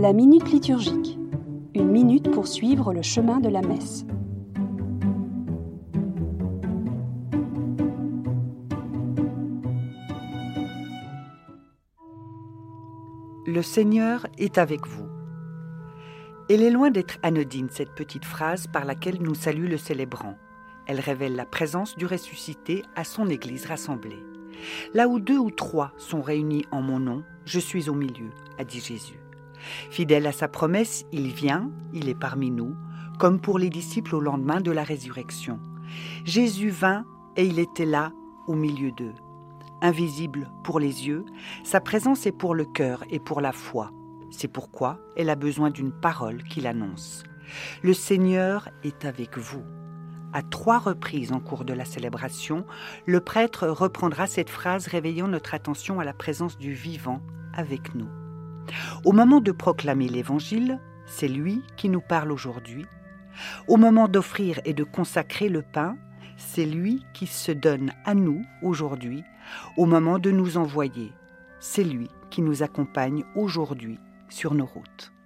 La minute liturgique. Une minute pour suivre le chemin de la messe. Le Seigneur est avec vous. Elle est loin d'être anodine, cette petite phrase par laquelle nous salue le célébrant. Elle révèle la présence du ressuscité à son Église rassemblée. Là où 2 ou 3 sont réunis en mon nom, je suis au milieu, a dit Jésus. Fidèle à sa promesse, il vient, il est parmi nous, comme pour les disciples au lendemain de la résurrection. Jésus vint et il était là, au milieu d'eux. Invisible pour les yeux, sa présence est pour le cœur et pour la foi. C'est pourquoi elle a besoin d'une parole qui l'annonce. Le Seigneur est avec vous. À 3 reprises en cours de la célébration, le prêtre reprendra cette phrase réveillant notre attention à la présence du vivant avec nous. Au moment de proclamer l'Évangile, c'est lui qui nous parle aujourd'hui. Au moment d'offrir et de consacrer le pain, c'est lui qui se donne à nous aujourd'hui. Au moment de nous envoyer, c'est lui qui nous accompagne aujourd'hui sur nos routes.